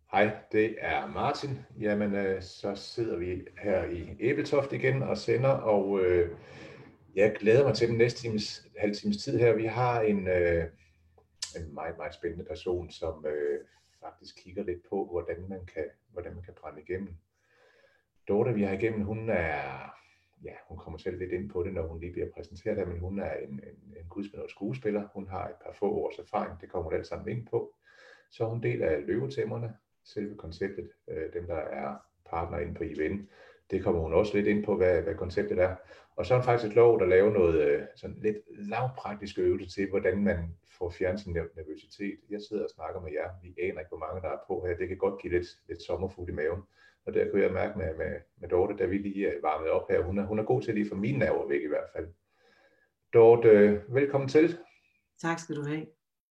Hej, det er Martin. Jamen, så sidder vi her i Ebeltoft igen og sender, og jeg glæder mig til den næste halv times tid her. Vi har en meget, meget spændende person, som faktisk kigger lidt på, hvordan man kan brænde igennem. Dorte, vi har igennem, hun kommer selv lidt ind på det, når hun lige bliver præsenteret her, men hun er en gudsbenådet skuespiller. Hun har et par få års erfaring, det kommer hun alt sammen ind på. Så er hun del af Løvetæmmerne, selve konceptet, dem der er partner inde på IVN. Det kommer hun også lidt ind på, hvad konceptet er. Og så er hun faktisk lov at lave noget sådan lidt lavpraktisk øvelse til, hvordan man får fjernet sin nervøsitet. Jeg sidder og snakker med jer. Vi aner ikke, hvor mange der er på her. Det kan godt give lidt sommerfugl i maven. Og der kunne jeg mærke med Dorte, da vi lige varmede op her. Hun er god til at lige få mine nerver væk i hvert fald. Dorte, velkommen til. Tak skal du have.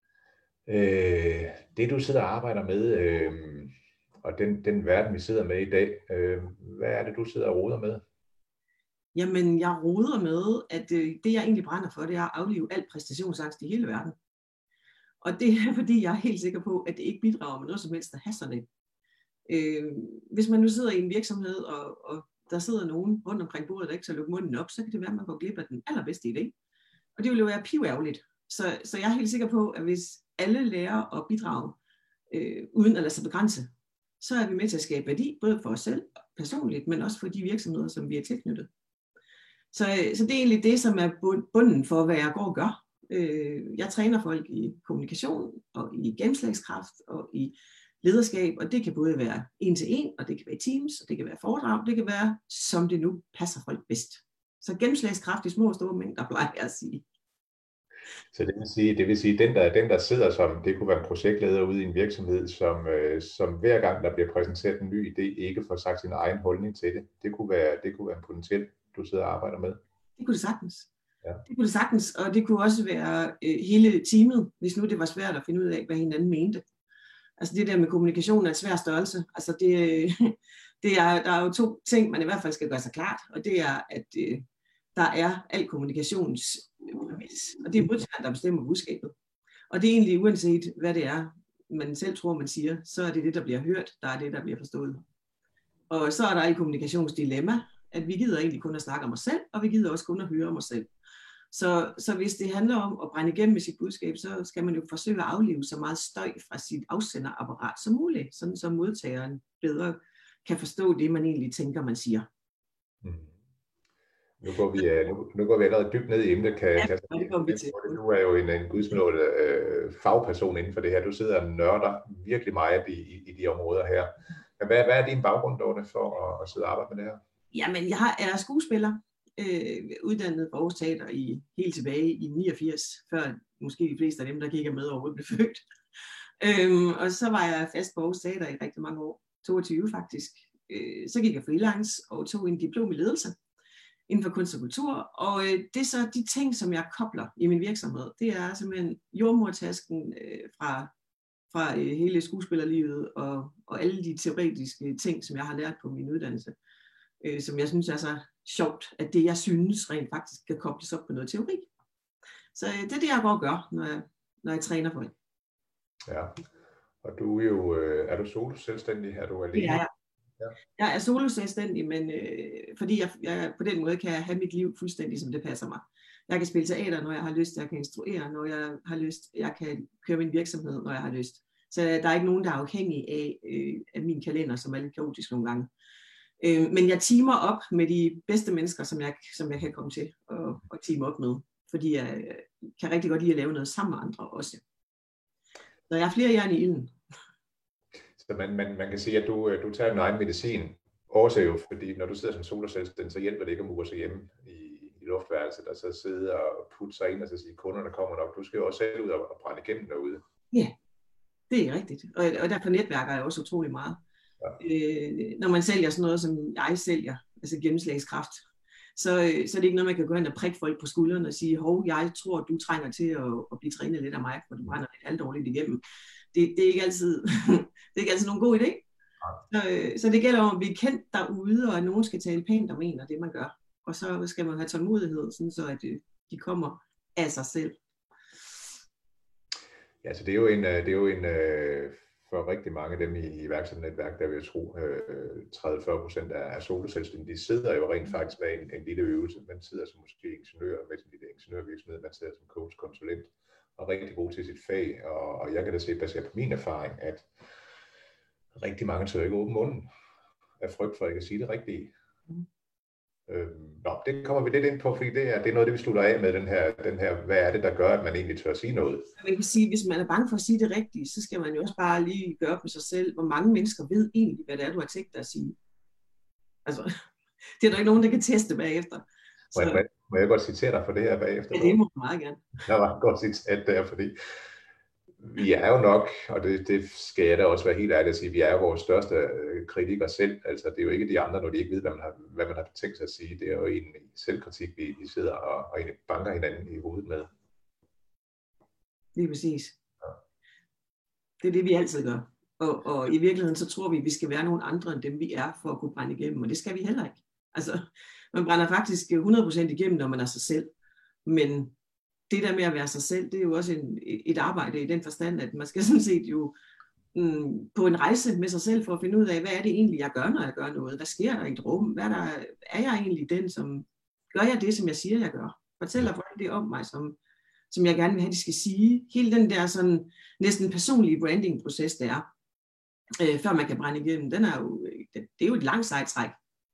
Det du sidder og arbejder med, og den verden vi sidder med i dag, hvad er det du sidder og roder med? Jamen jeg roder med, at det jeg egentlig brænder for, det er at aflive al præstationsangst i hele verden. Og det er fordi jeg er helt sikker på, at det ikke bidrager med noget som helst at have sådan et. Hvis man nu sidder i en virksomhed, og der sidder nogen rundt omkring bordet, der ikke så lukke munden op, så kan det være, at man går glip af den allerbedste idé. Og det vil jo være piværgerligt. Så jeg er helt sikker på, at hvis alle lærer at bidrage, uden at lade sig begrænse, så er vi med til at skabe værdi, både for os selv personligt, men også for de virksomheder, som vi er tilknyttet. Så det er egentlig det, som er bunden for, hvad jeg går og gør. Jeg træner folk i kommunikation, og i gennemslagskraft, og i lederskab, og det kan både være en til en, og det kan være i teams, og det kan være foredrag, det kan være, som det nu passer folk bedst. Så gennemslagskraft i små og store mængder, plejer jeg at sige. Så det vil sige den der sidder som, det kunne være en projektleder ude i en virksomhed, som hver gang der bliver præsenteret en ny idé, ikke får sagt sin egen holdning til det. Det kunne være en potentiel, du sidder og arbejder med. Det kunne det sagtens. Ja. Det kunne det sagtens, og det kunne også være hele teamet, hvis nu det var svært at finde ud af, hvad hinanden mente. Altså det der med kommunikation er en svær størrelse. Altså der er jo to ting, man i hvert fald skal gøre sig klart, og det er, at der er al kommunikations præmis, og det er modtageren, der bestemmer budskabet. Og det er egentlig uanset, hvad det er, man selv tror, man siger, så er det det, der bliver hørt, der er det, der bliver forstået. Og så er der i kommunikationsdilemma, at vi gider egentlig kun at snakke om os selv, og vi gider også kun at høre om os selv. Så hvis det handler om at brænde igennem med sit budskab, så skal man jo forsøge at aflive så meget støj fra sit afsenderapparat som muligt, sådan så modtageren bedre kan forstå det, man egentlig tænker, man siger. Nu går vi allerede dybt ned i emnet. Det går vi til. Du er jo en gudsbenådet fagperson inden for det her. Du sidder og nørder virkelig meget i de områder her. Men hvad er din baggrund, Dorte, for at sidde og arbejde med det her? Jamen, jeg er skuespiller, uddannet på Aarhus Teater helt tilbage i 89, før måske de fleste af dem, der kigger med overhovedet, blev født. Og så var jeg fast på Aarhus Teater i rigtig mange år, 22 faktisk. Så gik jeg freelance og tog en diplom i ledelse inden for kunst og kultur, og det er så de ting, som jeg kobler i min virksomhed. Det er simpelthen jordmortasken fra hele skuespillerlivet og alle de teoretiske ting, som jeg har lært på min uddannelse, som jeg synes er så sjovt, at det jeg synes rent faktisk kan kobles op på noget teori. Så det er det, jeg går og gør, når jeg træner folk. Ja, og du er jo, er du solo selvstændig? Er du alene? Ja. Jeg er solo-selvstændig, men fordi jeg på den måde kan have mit liv fuldstændig, som det passer mig. Jeg kan spille teater, når jeg har lyst. Jeg kan instruere, når jeg har lyst. Jeg kan køre min virksomhed, når jeg har lyst. Så der er ikke nogen, der er afhængig af min kalender, som er lidt kaotisk nogle gange. Men jeg teamer op med de bedste mennesker, som jeg kan komme til at teame op med. Fordi jeg kan rigtig godt lide at lave noget sammen med andre også. Så jeg har flere jern i ilden. Så man kan sige, at du tager din egen medicin, også jo, fordi når du sidder som soloselvstændig, så hjælper det ikke at mure sig hjemme i luftværelset, der så sidder og putter sig ind og så siger, kunderne kommer nok. Du skal jo også selv ud og brænde igennem derude. Ja, det er rigtigt. Og derfor netværker jeg også utrolig meget. Ja. Når man sælger sådan noget, som jeg sælger, altså gennemslagskraft, så er det ikke noget, man kan gå hen og prikke folk på skuldrene og sige, hov, jeg tror, du trænger til at blive trænet lidt af mig, for du brænder lidt halvdårligt igennem. Det er ikke altid, det er ikke altid nogen god idé. Så det gælder om at blive kendt derude, og at nogen skal tale pænt om en og det, man gør. Og så skal man have tålmodighed, sådan så at de kommer af sig selv. Ja, så det er jo en for rigtig mange af dem i iværksætternetværk, der vil jeg tro, 30-40% af soloselvstændige, de sidder jo rent faktisk med en lille øvelse. Man sidder som måske ingeniør med sin lille ingeniørvirksomhed, man sidder som coach, konsulent og rigtig god til sit fag. Og jeg kan da se, baseret på min erfaring, at rigtig mange tør ikke åbne munden af frygt for, at jeg kan sige det rigtige. Det kommer vi lidt ind på, fordi det er noget af det, vi slutter af med den her, hvad er det, der gør, at man egentlig tør at sige noget? Man kan sige, hvis man er bange for at sige det rigtige, så skal man jo også bare lige gøre op med sig selv, hvor mange mennesker ved egentlig, hvad det er, du har tænkt dig at sige. Altså, det er der ikke nogen, der kan teste bagefter. Må jeg godt citere dig for det her bagefter? Ja, det må du meget gerne. Der var et godt citat der, fordi vi er jo nok, og det skal jeg da også være helt ærlig at sige, vi er jo vores største kritikere selv. Altså, det er jo ikke de andre, når de ikke ved, hvad man har tænkt sig at sige. Det er jo en selvkritik, vi sidder og egentlig banker hinanden i hovedet med. Lige præcis. Ja. Det er det, vi altid gør. Og i virkeligheden, så tror vi skal være nogle andre end dem, vi er, for at kunne brænde igennem. Og det skal vi heller ikke. Altså, man brænder faktisk 100% igennem, når man er sig selv. Men det der med at være sig selv, det er jo også et arbejde i den forstand, at man skal sådan set jo på en rejse med sig selv for at finde ud af, hvad er det egentlig, jeg gør, når jeg gør noget? Hvad sker der i et rum? Er jeg egentlig den, som gør jeg det, som jeg siger, jeg gør? Fortæller folk det om mig, som jeg gerne vil have, de skal sige. Hele den der sådan næsten personlige branding-proces, der er, før man kan brænde igennem, det er jo et langt sejt træk.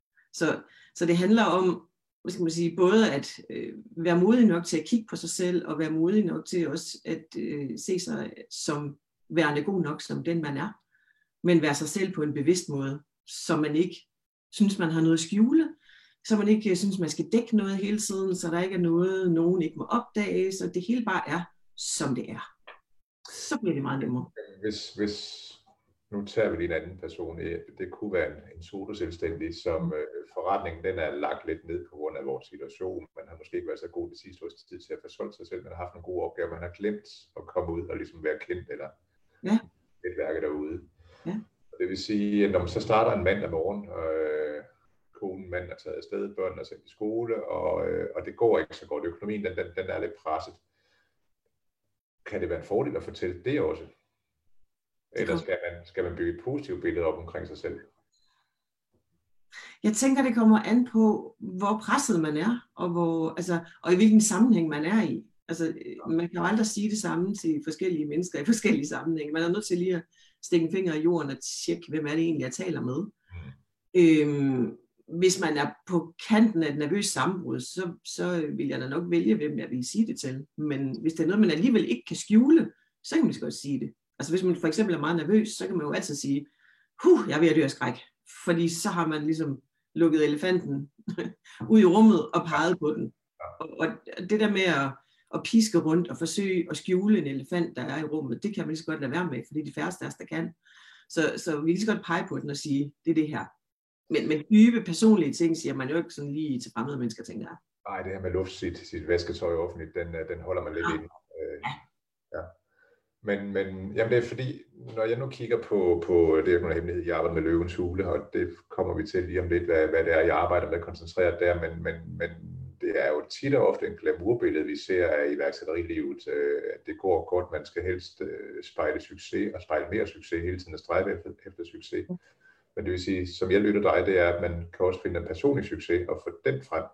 Så det handler om, hvad skal man sige, både at være modig nok til at kigge på sig selv, og være modig nok til også at se sig som værende god nok som den man er, men være sig selv på en bevidst måde, så man ikke synes man har noget at skjule, så man ikke synes man skal dække noget hele tiden, så der ikke er noget, nogen ikke må opdage, så det hele bare er, som det er. Så bliver det meget nemmere. Hvis nu tager vi lige en anden person. Det kunne være en soloselvstændig, som forretningen den er lagt lidt ned på grund af vores situation. Man har måske ikke været så god det sidste års tid til at forsolge sig selv. Man har haft nogle gode opgaver. Man har glemt at komme ud og ligesom være kendt eller netværket derude. Ja. Og det vil sige, at når man så starter en mandag morgen, konen, manden er taget afsted, børnene er sendt i skole, og det går ikke så godt. Økonomien den er lidt presset. Kan det være en fordel at fortælle det også? Eller skal man bygge et positivt billede op omkring sig selv? Jeg tænker, det kommer an på, hvor presset man er, og i hvilken sammenhæng man er i. Altså, man kan jo aldrig sige det samme til forskellige mennesker i forskellige sammenhænge. Man er nødt til lige at stikke en finger i jorden og tjekke, hvem er det egentlig, jeg taler med. Hvis man er på kanten af et nervøst sammenbrud, så vil jeg da nok vælge, hvem jeg vil sige det til. Men hvis det er noget, man alligevel ikke kan skjule, så kan man godt sige det. Altså hvis man for eksempel er meget nervøs, så kan man jo altid sige, jeg er ved at dø af skræk. Fordi så har man ligesom lukket elefanten ud i rummet og peget på den. Og det der med at piske rundt og forsøge at skjule en elefant, der er i rummet, det kan man lige så godt lade være med, fordi de færreste af os, der kan. Så vi kan lige så godt pege på den og sige, det er det her. Men dybe personlige ting siger man jo ikke sådan lige til fremmede mennesker, tænker jeg. Nej, det her med luft sit vasketøj offentligt, den holder man lidt inde. Ja. Men jamen det er fordi, når jeg nu kigger på det er jo en hemmelighed, jeg arbejder med Løvens Hule, og det kommer vi til lige om lidt, hvad det er, jeg arbejder med koncentreret der, men det er jo tit og ofte en glamourbillede, vi ser af iværksætterilivet. Det går godt, man skal helst spejle succes og spejle mere succes hele tiden og stræbe efter succes. Men det vil sige, som jeg lytter dig, det er, at man kan også finde en personlig succes og få den frem.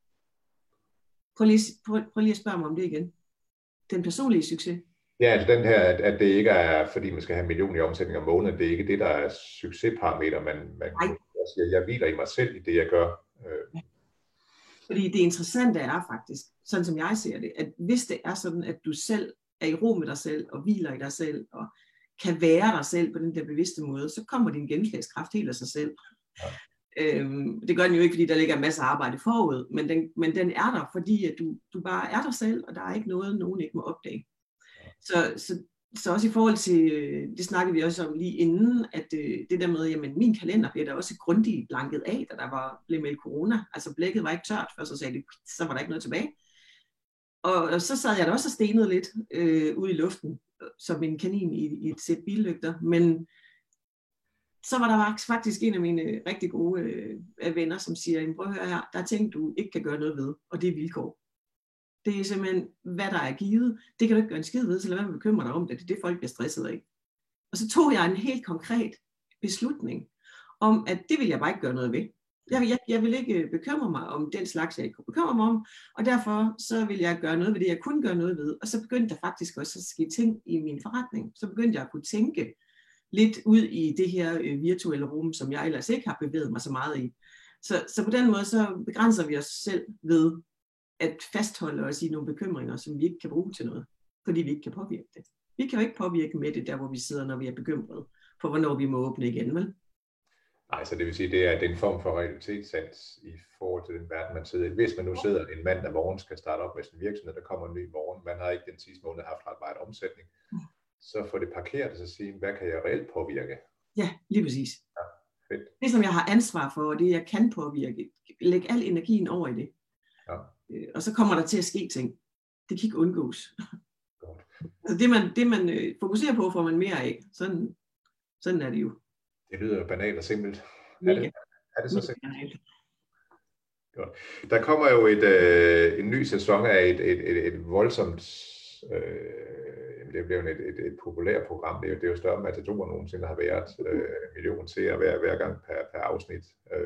Prøv lige at spørge mig om det igen. Den personlige succes? Ja, altså den her, at det ikke er, fordi man skal have 1 million i omsætning om måneden, det er ikke det, der er succesparameter, man siger, jeg hviler i mig selv i det, jeg gør. Fordi det interessante er faktisk, sådan som jeg ser det, at hvis det er sådan, at du selv er i ro med dig selv, og hviler i dig selv, og kan være dig selv på den der bevidste måde, så kommer din gennemslagskraft helt af sig selv. Ja. Det gør den jo ikke, fordi der ligger en masse arbejde forud, men den er der, fordi at du bare er dig selv, og der er ikke noget, nogen ikke må opdage. Så også i forhold til, det snakkede vi også om lige inden, at det der med, jamen min kalender blev der også grundigt blanket af, da der blev meldt corona. Altså blækket var ikke tørt, før så sagde det, så var der ikke noget tilbage. Og så sad jeg da også og stenede lidt ude i luften, som en kanin i et sæt billygter. Men så var der faktisk en af mine rigtig gode venner, som siger, prøv at høre her, der er ting, du ikke kan gøre noget ved, og det er vilkår. Det er simpelthen, hvad der er givet. Det kan du ikke gøre en skid ved, så lad være med at bekymre dig om det. Det er det, folk bliver stresset af. Og så tog jeg en helt konkret beslutning om, at det vil jeg bare ikke gøre noget ved. Jeg vil ikke bekymre mig om den slags, jeg ikke kunne bekymre mig om, og derfor så vil jeg gøre noget ved det, jeg kunne gøre noget ved. Og så begyndte der faktisk også at ske ting i min forretning. Så begyndte jeg at kunne tænke lidt ud i det her virtuelle rum, som jeg ellers ikke har bevæget mig så meget i. Så på den måde så begrænser vi os selv ved at fastholde os i nogle bekymringer, som vi ikke kan bruge til noget, fordi vi ikke kan påvirke det. Vi kan jo ikke påvirke med det der, hvor vi sidder, når vi er bekymrede for, hvornår vi må åbne igen, vel? Nej, så det vil sige, det er en form for realitetssans i forhold til den verden, man sidder i. Hvis man nu sidder en mandag morgen, skal starte op med sin virksomhed, der kommer en ny morgen, man har ikke den sidste måned haft ret meget omsætning, så får det parkeret og så sige, hvad kan jeg reelt påvirke? Ja, lige præcis. Ja, fedt. Det, som jeg har ansvar for, og det, jeg kan påvirke, læg al energien over i det. Ja. Og så kommer der til at ske ting. Det kan ikke undgås. Godt. Så det man fokuserer på, får man mere af. Sådan er det jo. Det lyder banalt og simpelt. Er det så simpelt? Godt. Der kommer jo en ny sæson af et voldsomt, det bliver jo et populært program. Det er jo større Matador nogensinde har været, million til at være hver gang per afsnit.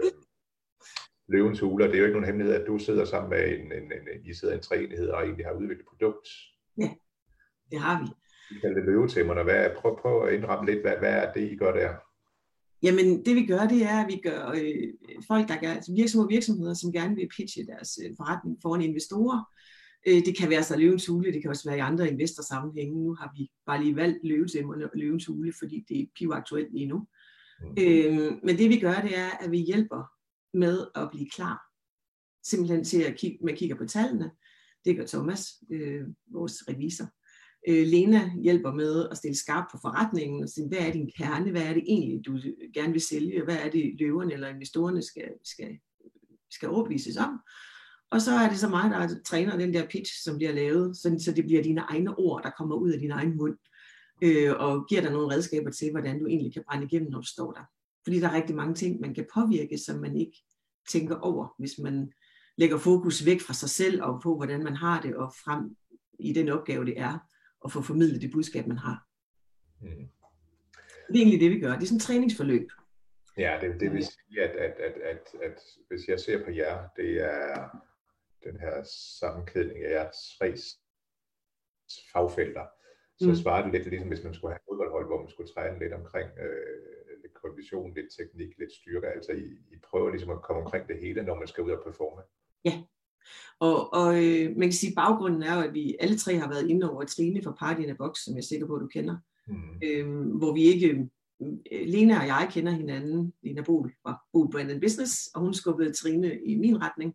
Løvens Hule, det er jo ikke nogen hemmelighed, at du sidder sammen med I sidder en træenighed og egentlig har udviklet et produkt. Ja, det har vi. Vi kalder det løvetemmerne. Prøv at indramme lidt, hvad er det, I gør der? Jamen, det vi gør, det er, at vi gør folk, der er virksomheder, som gerne vil pitche deres forretning foran investorer. Det kan være så Løvens Hule, det kan også være i andre investorsammenhænge. Nu har vi bare lige valgt løvetemmerne og Løvens Hule, fordi det er pivaktuelt lige nu. Men det vi gør, det er, at vi hjælper med at blive klar. Simpelthen til at kigge på tallene. Det gør Thomas, vores revisor. Lena hjælper med at stille skarpt på forretningen og sige, hvad er din kerne, hvad er det egentlig, du gerne vil sælge, hvad er det løverne eller investorerne skal overbevises om. Og så er det så mig, der træner den der pitch, som bliver lavet, så det bliver dine egne ord, der kommer ud af din egen mund, og giver dig nogle redskaber til, hvordan du egentlig kan brænde igennem, når du står der. Fordi der er rigtig mange ting, man kan påvirke, som man ikke tænker over, hvis man lægger fokus væk fra sig selv og på, hvordan man har det, og frem i den opgave, det er at få formidlet det budskab, man har. Det er egentlig det, vi gør. Det er sådan et træningsforløb. Ja, det vil sige, at hvis jeg ser på jer, det er den her sammenkædning af jeres tre fagfelter, så svarer det lidt ligesom, hvis man skulle have et fodboldhold, hvor man skulle træne lidt omkring lidt kondition, lidt teknik, lidt styrke. Altså I prøver ligesom at komme omkring det hele, når man skal ud og performe. Ja. Og man kan sige, at baggrunden er jo, at vi alle tre har været inde over Trine fra Party in a Box, som jeg er sikker på, at du kender. Hvor vi ikke, Lena og jeg kender hinanden. Lena Bohl var Bohl Brand & Business, og hun skubbede Trine i min retning,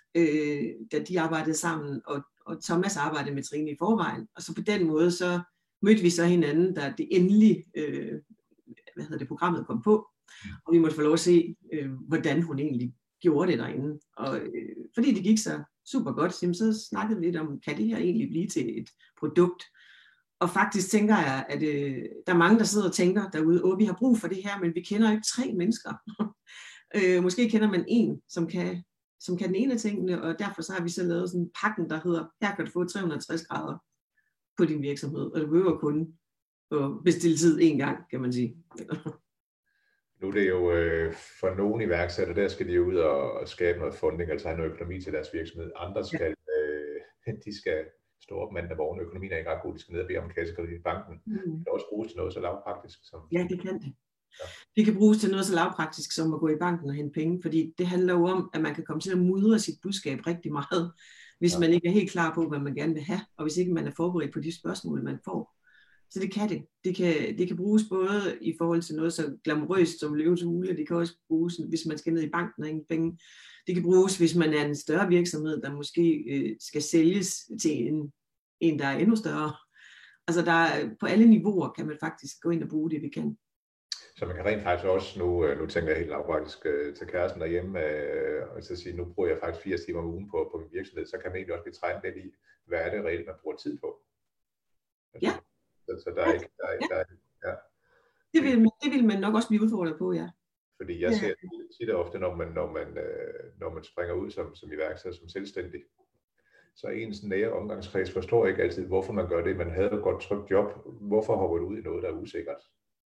da de arbejdede sammen, og Thomas arbejdede med Trine i forvejen. Og så på den måde, så mødte vi så hinanden, da det endelig, programmet kom på, og vi måtte få lov at se, hvordan hun egentlig gjorde det derinde. Og fordi det gik så super godt, så snakkede vi lidt om, kan det her egentlig blive til et produkt? Og faktisk tænker jeg, at der er mange, der sidder og tænker derude, vi har brug for det her, men vi kender ikke 3 mennesker. Måske kender man en, som kan den ene af tingene, og derfor så har vi så lavet sådan en pakken, der hedder, her kan du få 360 grader på din virksomhed, og du behøver kun at bestille tid 1 gang, kan man sige. Nu er det jo for nogle iværksættere, der skal de ud og skabe noget funding, altså have noget økonomi til deres virksomhed. Andre skal, de skal stå op mandag morgen, økonomien er ikke ret god, de skal ned og bede om kassekredit i banken. Det kan også bruges til noget så lavpraktisk som... Ja, det kan det. Ja. Det kan bruges til noget så lavpraktisk som at gå i banken og hente penge, fordi det handler jo om, at man kan komme til at mudre sit budskab rigtig meget, hvis man ikke er helt klar på, hvad man gerne vil have, og hvis ikke man er forberedt på de spørgsmål, man får. Så det kan det. Det kan bruges både i forhold til noget så glamourøst som Løvens Hule, det kan også bruges, hvis man skal ned i banken og ingen penge. Det kan bruges, hvis man er en større virksomhed, der måske skal sælges til en, der er endnu større. Altså på alle niveauer kan man faktisk gå ind og bruge det, vi kan. Så man kan rent faktisk også, nu tænker jeg helt lavpraktisk til kæresten derhjemme, og så sige, nu bruger jeg faktisk 80 timer om ugen på min virksomhed, så kan man egentlig også blive trænet lidt i, hvad er det reelt, man bruger tid på. Altså, ja. Så der er ikke, ja. Det vil man nok også blive udfordret på, ja. Fordi jeg ser tit og ofte, når man springer ud som iværksætter, som selvstændig, så ens nære omgangskreds forstår ikke altid, hvorfor man gør det. Man havde et godt trygt job. Hvorfor hopper du ud i noget, der er usikkert?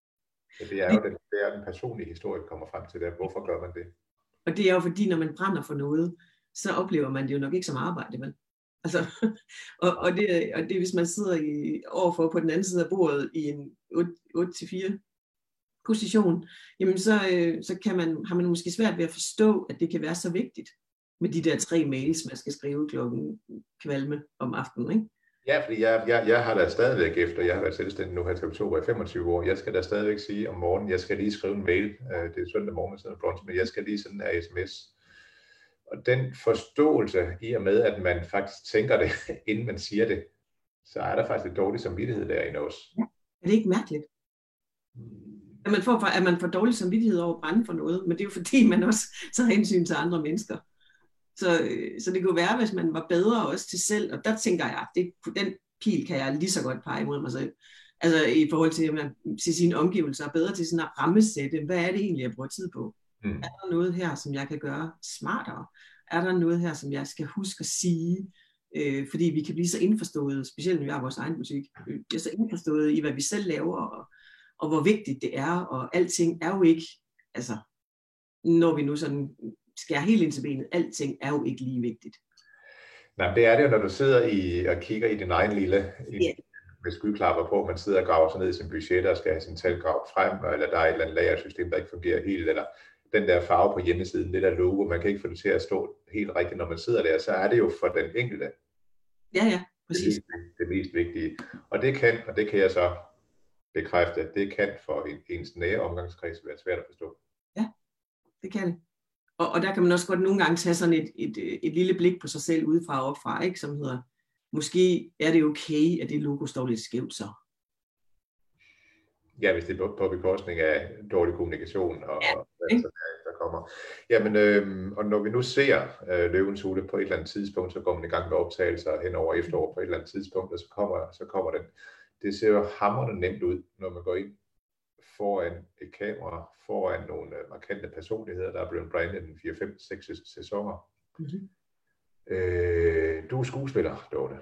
Så det er jo den personlige historie, der kommer frem til det. Hvorfor gør man det? Og det er jo fordi, når man brænder for noget, så oplever man det jo nok ikke som arbejde, vel? Altså, og det hvis man sidder overfor på den anden side af bordet i en 8-4 position, jamen så har man måske svært ved at forstå, at det kan være så vigtigt med de der 3 mails, man skal skrive klokken kvalme om aftenen, ikke? Ja, fordi jeg har da stadigvæk efter, jeg har været selvstændig nu her til oktober i 25 år, jeg skal da stadigvæk sige om morgenen, jeg skal lige skrive en mail, det er søndag morgen, siden brunch, men jeg skal lige sådan en sms. Og den forståelse i og med, at man faktisk tænker det, inden man siger det, så er der faktisk et dårlig samvittighed derinde også. Ja. Er det ikke mærkeligt? At man får dårlig samvittighed over at brænde for noget, men det er jo fordi, man også tager hensyn til andre mennesker. Så det kunne være, hvis man var bedre også til selv, og der tænker jeg, den pil kan jeg lige så godt pege mod mig selv. Altså i forhold til, at man til sine omgivelser er bedre til sådan at rammesætte, hvad er det egentlig, jeg bruger tid på? Er der noget her, som jeg kan gøre smartere? Er der noget her, som jeg skal huske at sige? Fordi vi kan blive så indforstået, specielt når vi har vores egen butik, vi er så indforstået i, hvad vi selv laver, og hvor vigtigt det er, og alting er jo ikke, altså, når vi nu sådan skærer helt ind til benet, alting er jo ikke lige vigtigt. Nej, det er det jo, når du sidder og kigger i din egen lille, med skyklapper på, man sidder og graver sig ned i sin budget og skal have sin tal gravet frem, eller der er et eller andet lagersystem, der ikke fungerer helt, eller den der farve på hjemmesiden, det der logo, man kan ikke få det til at stå helt rigtigt, når man sidder der, så er det jo for den enkelte. Ja, præcis. Det mest vigtige. Og det kan jeg så bekræfte, det kan for ens nære omgangskreds være svært at forstå. Ja, det kan det. Og der kan man også godt nogle gange tage sådan et lille blik på sig selv udefra og opfra, ikke? Som hedder, måske er det okay, at det logo står lidt skævt så. Ja, hvis det er på bekostning af dårlig kommunikation og der kommer. Jamen, og når vi nu ser Løvens Hule på et eller andet tidspunkt, så går man i gang med optagelser hen over efterår på et eller andet tidspunkt, og så kommer den. Det ser jo hamrende nemt ud, når man går ind foran et kamera, foran nogle markante personligheder, der er blevet brandet den 4-5-6 sæsoner. Mm-hmm. Du er skuespiller, Dorte.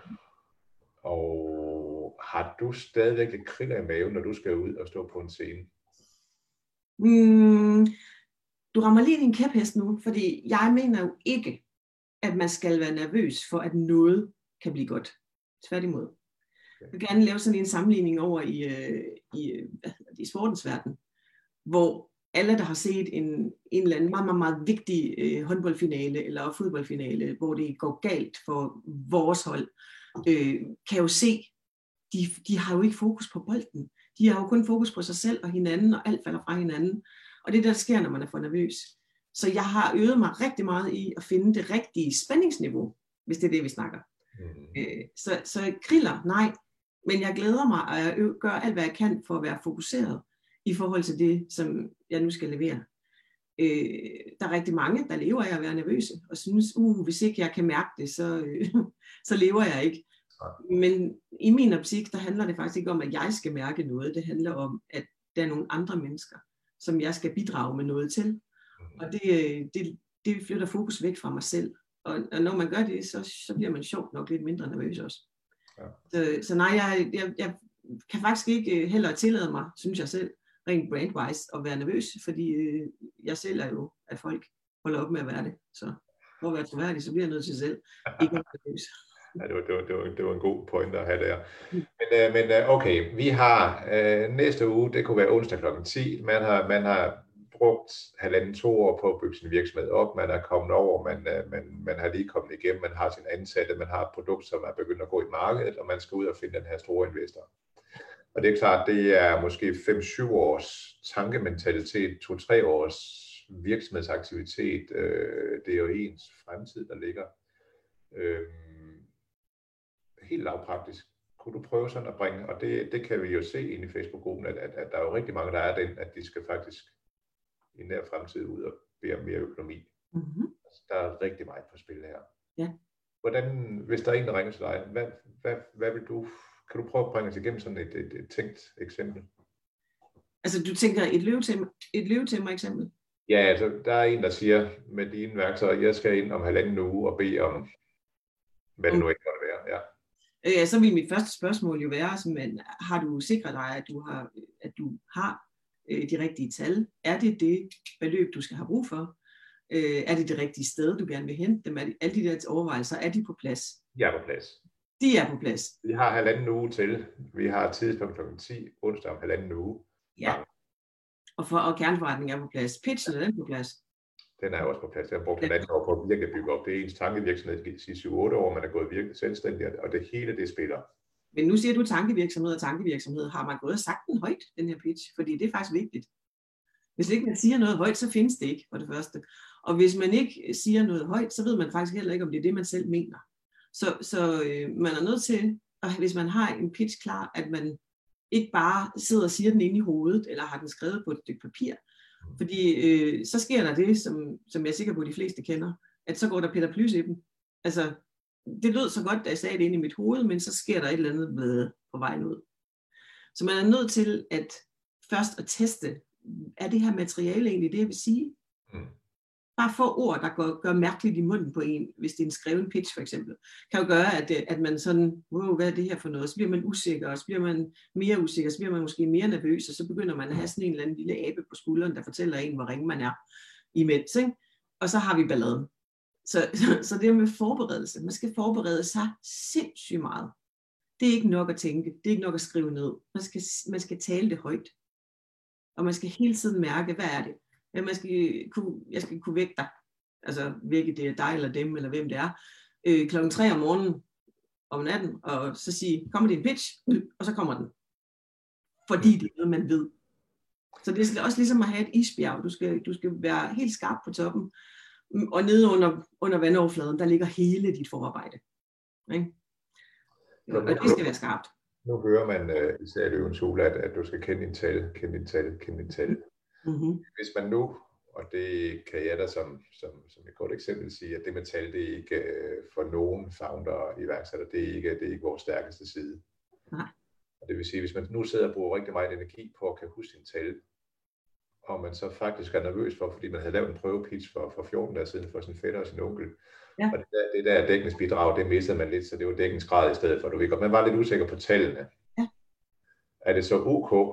Og har du stadigvæk lidt kriller i maven, når du skal ud og stå på en scene? Du rammer lige din kæphest nu, fordi jeg mener jo ikke, at man skal være nervøs for, at noget kan blive godt. Tværtimod. Jeg vil gerne lave sådan en sammenligning over i sportens verden, hvor alle, der har set en eller anden meget, meget, meget vigtig håndboldfinale eller fodboldfinale, hvor det går galt for vores hold, kan jo se, de har jo ikke fokus på bolden. De har jo kun fokus på sig selv og hinanden, og alt falder fra hinanden. Og det der sker, når man er for nervøs. Så jeg har øvet mig rigtig meget i at finde det rigtige spændingsniveau, hvis det er det, vi snakker. Så kriller, nej. Men jeg glæder mig, og jeg gør alt, hvad jeg kan for at være fokuseret i forhold til det, som jeg nu skal levere. Der er rigtig mange, der lever af at være nervøse, og synes, hvis ikke jeg kan mærke det, så lever jeg ikke. Men i min optik, der handler det faktisk ikke om, at jeg skal mærke noget. Det handler om, at der er nogle andre mennesker, som jeg skal bidrage med noget til. Og det flytter fokus væk fra mig selv. Og når man gør det, så bliver man sjovt nok lidt mindre nervøs også. Ja. Så nej, jeg kan faktisk ikke heller tillade mig, synes jeg selv, rent brandwise, at være nervøs, fordi jeg selv er jo, at folk holder op med at være det. Så for at være troværdig, så bliver jeg nødt til selv ikke at være nervøs. Ja, det var en god point at have der. Men okay, vi har næste uge, det kunne være onsdag kl. 10. Man har brugt 1,5-2 år på at bygge sin virksomhed op. Man er kommet over, man har lige kommet igennem, man har sin ansatte, man har et produkt, som er begyndt at gå i markedet, og man skal ud og finde den her store investor. Og det er klart, det er måske 5-7 års tankementalitet, 2-3 års virksomhedsaktivitet. Det er jo ens fremtid, der ligger. Helt lavpraktisk. Kunne du prøve sådan at bringe, og det kan vi jo se inde i Facebook-gruppen, at der er jo rigtig mange, der er den, at de skal faktisk i nær fremtid ud og bede om mere økonomi. Mm-hmm. Altså, der er rigtig meget på spil her. Ja. Hvordan, hvis der er en, der ringer til dig, hvad vil du, kan du prøve at bringe os igennem sådan et tænkt eksempel? Altså du tænker et løvetema eksempel? Ja, altså der er en, der siger med dine værktøjer, jeg skal ind om 1,5 uge og bede om, hvad det nu ikke kan være. Ja. Så vil mit første spørgsmål jo være, har du sikret dig, at du har de rigtige tal? Er det det beløb, du skal have brug for? Er det det rigtige sted, du gerne vil hente dem? Alle de der overvejelser, er de på plads? De er på plads. De er på plads. Vi har 1,5 uge til. Vi har tidspunkt kl. 10, onsdag om 1,5 uge. Ja. Og kerneforretningen er på plads. Pitchen er den på plads. Den er også på plads. Jeg har brugt 1,5 år på at virkelig bygge op. Det er ens tankevirksomhed de sidste 7-8 år, man er gået virkelig selvstændig, og det hele det spiller. Men nu siger du tankevirksomhed og tankevirksomhed. Har man gået og sagt den højt, den her pitch? Fordi det er faktisk vigtigt. Hvis ikke man siger noget højt, så findes det ikke, for det første. Og hvis man ikke siger noget højt, så ved man faktisk heller ikke, om det er det, man selv mener. Så man er nødt til, at hvis man har en pitch klar, at man ikke bare sidder og siger den inde i hovedet, eller har den skrevet på et stykke papir. Fordi så sker der det, som jeg er sikker på, at de fleste kender, at så går der Peter Plys i dem. Altså, det lød så godt, da jeg sagde det inde i mit hoved, men så sker der et eller andet på vejen ud. Så man er nødt til at først at teste, er det her materiale egentlig det, jeg vil sige? Bare få ord, der gør mærkeligt i munden på en, hvis det er en skreven pitch for eksempel, kan jo gøre, at man sådan, wow, hvad er det her for noget? Så bliver man usikker, og så bliver man mere usikker, så bliver man måske mere nervøs, og så begynder man at have sådan en eller anden lille abe på skulderen, der fortæller en, hvor ringe man er imens, ikke? Og så har vi balladen. Så det med forberedelse, man skal forberede sig sindssygt meget. Det er ikke nok at tænke, det er ikke nok at skrive ned. Man skal tale det højt. Og man skal hele tiden mærke, hvad er det? Jeg skal kunne vække dig. Altså vække det er dig eller dem, eller hvem det er. 3:00 om morgenen, om natten, og så sige, kommer det en pitch? Og så kommer den. Fordi det er noget, man ved. Så det er også ligesom at have et isbjerg. Du skal være helt skarp på toppen. Og nede under vandoverfladen, der ligger hele dit forarbejde. Ikke? Og det skal være skarpt. Nu hører man især i Løvens Hule, at du skal kende din tal. Mm-hmm. Hvis man nu, og det kan jeg da som et godt eksempel sige, at det med tal, det er ikke for nogen founder og iværksætter, det er ikke vores stærkeste side. Nej. Og det vil sige, hvis man nu sidder og bruger rigtig meget energi på at kan huske sin tal, og man så faktisk er nervøs for, fordi man havde lavet en prøvepitch for 14 dage siden for sin fætter og sin onkel, ja. Og det der dækningsbidrag, det mistede man lidt, så det var dækningsgrad i stedet for, du ikke. Og man var lidt usikker på tallene. Ja. Er det så ok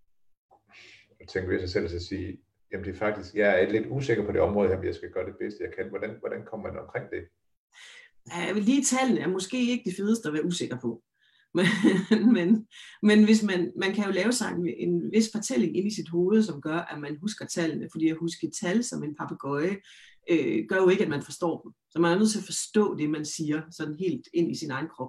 at tænke ved sig selv og så sige, jamen det er faktisk, jeg er lidt usikker på det område her, men jeg skal gøre det bedste, jeg kan. Hvordan kommer man omkring det? Ja, lige tallene er måske ikke det fedeste at være usikker på. Men hvis man kan jo lave sig en vis fortælling ind i sit hoved, som gør, at man husker tallene, fordi at huske tal som en papegøje, gør jo ikke, at man forstår dem. Så man er nødt til at forstå det, man siger, sådan helt ind i sin egen krop.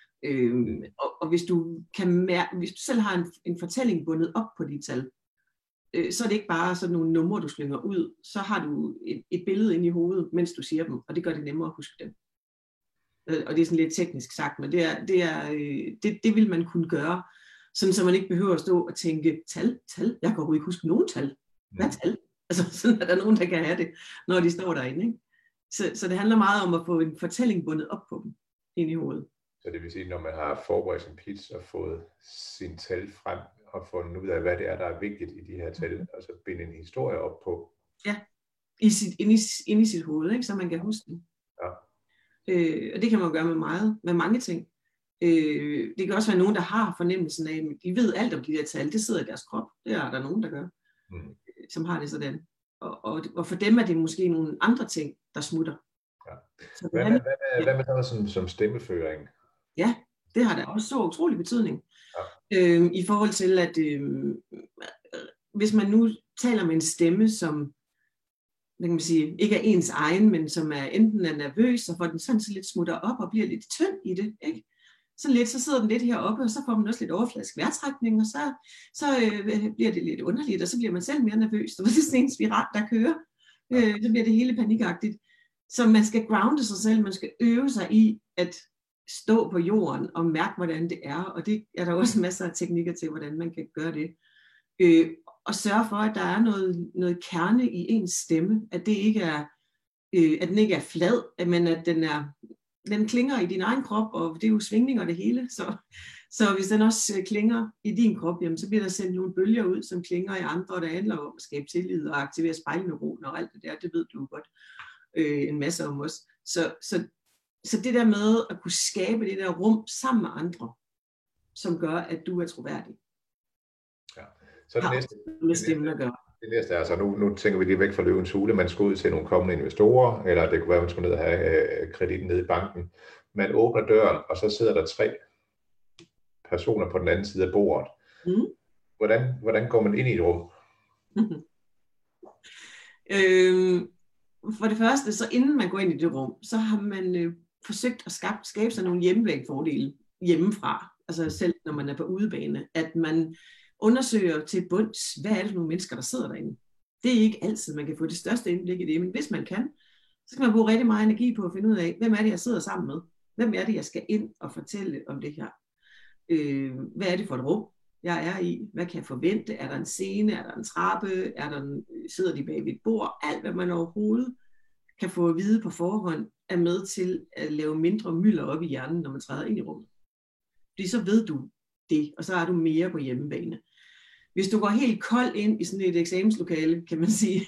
Og hvis du selv har en fortælling bundet op på de tal, så er det ikke bare sådan nogle numre, du slynger ud, så har du et billede inde i hovedet, mens du siger dem, og det gør det nemmere at huske dem. Og det er sådan lidt teknisk sagt, men det vil man kunne gøre, sådan så man ikke behøver at stå og tænke, tal, jeg kan overhovedet ikke huske nogen tal. Hvad er tal? Altså sådan er der nogen, der kan have det, når de står derinde, ikke? Så det handler meget om at få en fortælling bundet op på dem, ind i hovedet. Så det vil sige, når man har forberedt sin pitch og fået sin tal frem, og fundet ud af, hvad det er, der er vigtigt i de her tal, og så binde en historie op på. Ja, inde i sit hoved, ikke? Så man kan huske den. Ja. Og det kan man jo gøre med mange ting. Det kan også være nogen, der har fornemmelsen af, at de ved alt om de der tal, det sidder i deres krop. Det er der nogen, der gør, som har det sådan. Og for dem er det måske nogle andre ting, der smutter. Ja. Hvad med sådan som stemmeføring? Ja, det har da også så utrolig betydning. Ja. I forhold til, at hvis man nu taler med en stemme, som kan man sige, ikke er ens egen, men som er enten er nervøs, og hvor den sådan så lidt smutter op og bliver lidt tynd i det, ikke? Så sidder den lidt heroppe, og så får man også lidt overfladisk vejrtrækning, og så bliver det lidt underligt, og så bliver man selv mere nervøs. Så det er sådan en spiral, der kører. Så bliver det hele panikagtigt. Så man skal grounde sig selv, man skal øve sig i at stå på jorden og mærke, hvordan det er, og det er der også masser af teknikker til, hvordan man kan gøre det. Og sørge for, at der er noget kerne i ens stemme, at det ikke er, at den ikke er flad, men at den klinger i din egen krop, og det er jo svingninger det hele, så hvis den også klinger i din krop, jamen, så bliver der sendt nogle bølger ud, som klinger i andre, og det handler om at skabe tillid og aktivere spejlneuroner og alt det der, det ved du godt en masse om os. Så det der med at kunne skabe det der rum sammen med andre, som gør, at du er troværdig. Ja. Så har med stemmen at gøre. Det næste er altså, nu tænker vi lige væk fra Løvens Hule, man skal ud til nogle kommende investorer, eller det kunne være, at man skulle ned og have kreditten nede i banken. Man åbner døren, og så sidder der 3 personer på den anden side af bordet. Mm. Hvordan går man ind i et rum? For det første, så inden man går ind i det rum, så har man forsøgt at skabe sig nogle hjemmebanefordele hjemmefra, altså selv når man er på udebane, at man undersøger til bunds, hvad er det for nogle mennesker, der sidder derinde. Det er ikke altid, man kan få det største indblik i det, men hvis man kan, så kan man bruge rigtig meget energi på at finde ud af, hvem er det, jeg sidder sammen med? Hvem er det, jeg skal ind og fortælle om det her? Hvad er det for et rum, jeg er i? Hvad kan jeg forvente? Er der en scene? Er der en trappe? Sidder de bag ved et bord? Alt, hvad man overhovedet kan få at vide på forhånd, er med til at lave mindre mylder op i hjernen, når man træder ind i rummet. Fordi så ved du det, og så er du mere på hjemmebane. Hvis du går helt kold ind i sådan et eksamenslokale, kan man sige,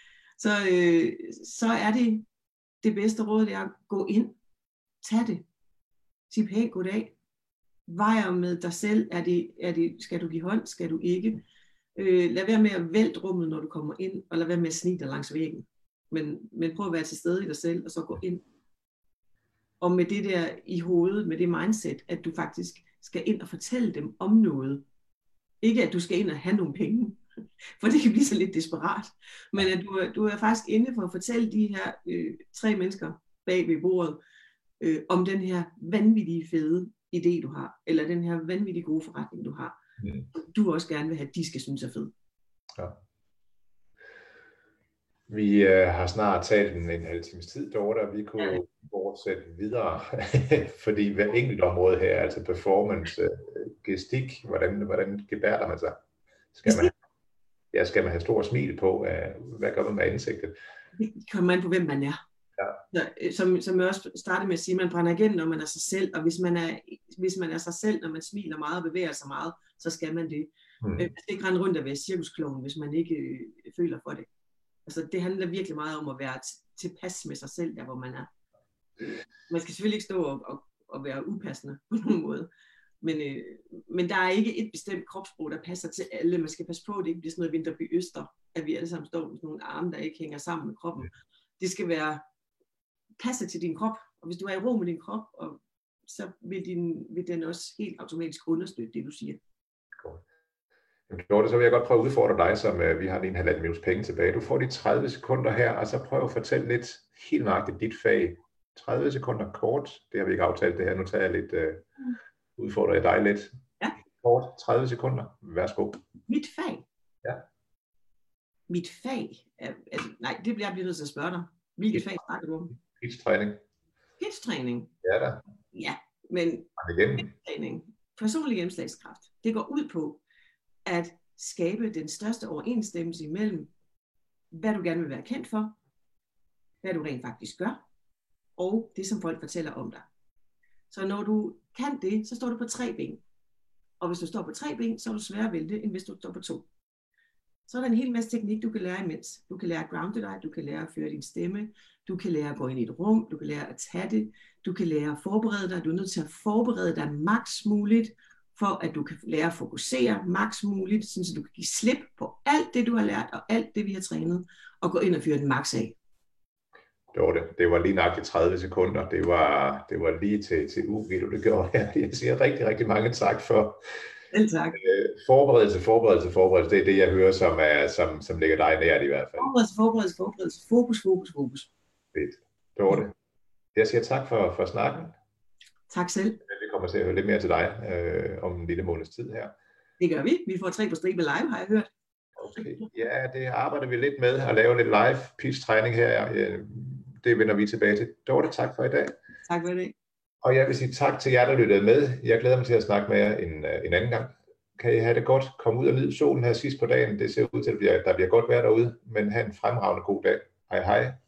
så er det bedste råd, det er at gå ind, tag det, sig pænt goddag, vejer med dig selv, skal du give hånd, skal du ikke, lad være med at vælte rummet, når du kommer ind, og lad være med at snige dig langs væggen, men prøv at være til stede i dig selv, og så gå ind, og med det der i hovedet, med det mindset, at du faktisk skal ind og fortælle dem om noget. Ikke at du skal ind og have nogle penge, for det kan blive så lidt desperat, men at du er faktisk inde for at fortælle de her 3 mennesker bag ved bordet om den her vanvittige fede idé, du har, eller den her vanvittige gode forretning, du har. Du også gerne vil have, at de skal synes er fed. Ja. Vi har snart talt en halv times tid, Dorte, og vi kunne fortsætte videre, fordi hver enkelt område her, altså performance, gestik, hvordan gebærder man sig? Skal man have stor smil på? Hvad gør man med ansigtet? Det kommer an på, hvem man er. Ja. Som jeg også startede med at sige, man brænder igennem, når man er sig selv, og hvis man er sig selv, når man smiler meget og bevæger sig meget, så skal man det. Man skal ikke rende rundt og være cirkusklovn, hvis man ikke føler for det. Altså, det handler virkelig meget om at være tilpas med sig selv, der hvor man er. Man skal selvfølgelig ikke stå og være upassende på nogen måde. Men der er ikke et bestemt kropssprog, der passer til alle. Man skal passe på, at det ikke bliver sådan noget Vinterby Øster, at vi alle sammen står med sådan nogle arme, der ikke hænger sammen med kroppen. Det skal være passe til din krop. Og hvis du er i ro med din krop, så vil den også helt automatisk understøtte det, du siger. Dorte, så vil jeg godt prøve at udfordre dig, som vi har lige en 1,5 minuts penge tilbage. Du får de 30 sekunder her, og så prøv at fortælle lidt helt nøjagtigt dit fag. 30 sekunder kort, det har vi ikke aftalt det her. Nu tager jeg lidt, udfordrer jeg dig lidt. Ja. Kort, 30 sekunder. Værsgo. Mit fag? Ja. Mit fag? Nej, det bliver jeg nødt til at spørge dig. Hvilket fag snakker du om? Pitch-træning. Pitch-træning? Ja da. Ja, men pitch-træning, personlig gennemslagskraft, det går ud på at skabe den største overensstemmelse imellem, hvad du gerne vil være kendt for, hvad du rent faktisk gør, og det, som folk fortæller om dig. Så når du kan det, så står du på 3 ben. Og hvis du står på 3 ben, så er du sværere at vælte, end hvis du står på 2. Så er der en hel masse teknik, du kan lære imens. Du kan lære at grounde dig, du kan lære at føre din stemme, du kan lære at gå ind i et rum, du kan lære at tage det, du kan lære at forberede dig, du er nødt til at forberede dig maks muligt, for at du kan lære at fokusere maks muligt, så du kan give slip på alt det, du har lært, og alt det, vi har trænet, og gå ind og fyre den maks af. Det var lige nøjagtigt 30 sekunder. Det var lige til UG, du det gjorde her. Jeg siger rigtig, rigtig mange tak for. Selv tak. Forberedelse. Det er det, jeg hører, som ligger dig nært i hvert fald. Forberedelse. Fokus. Fedt. Dorte, jeg siger tak for snakken. Tak selv. Vi kommer til at høre lidt mere til dig om en lille måneds tid her. Det gør vi. Vi får 3 på stribe live, har jeg hørt. Okay. Ja, det arbejder vi lidt med at lave lidt live pitch-træning her. Det vender vi tilbage til. Dorte, tak for i dag. Tak for i dag. Og jeg vil sige tak til jer, der lyttede med. Jeg glæder mig til at snakke med jer en anden gang. Kan I have det godt? Kom ud og nyd solen her sidst på dagen. Det ser ud til, at der bliver godt vejr derude. Men have en fremragende god dag. Hej hej.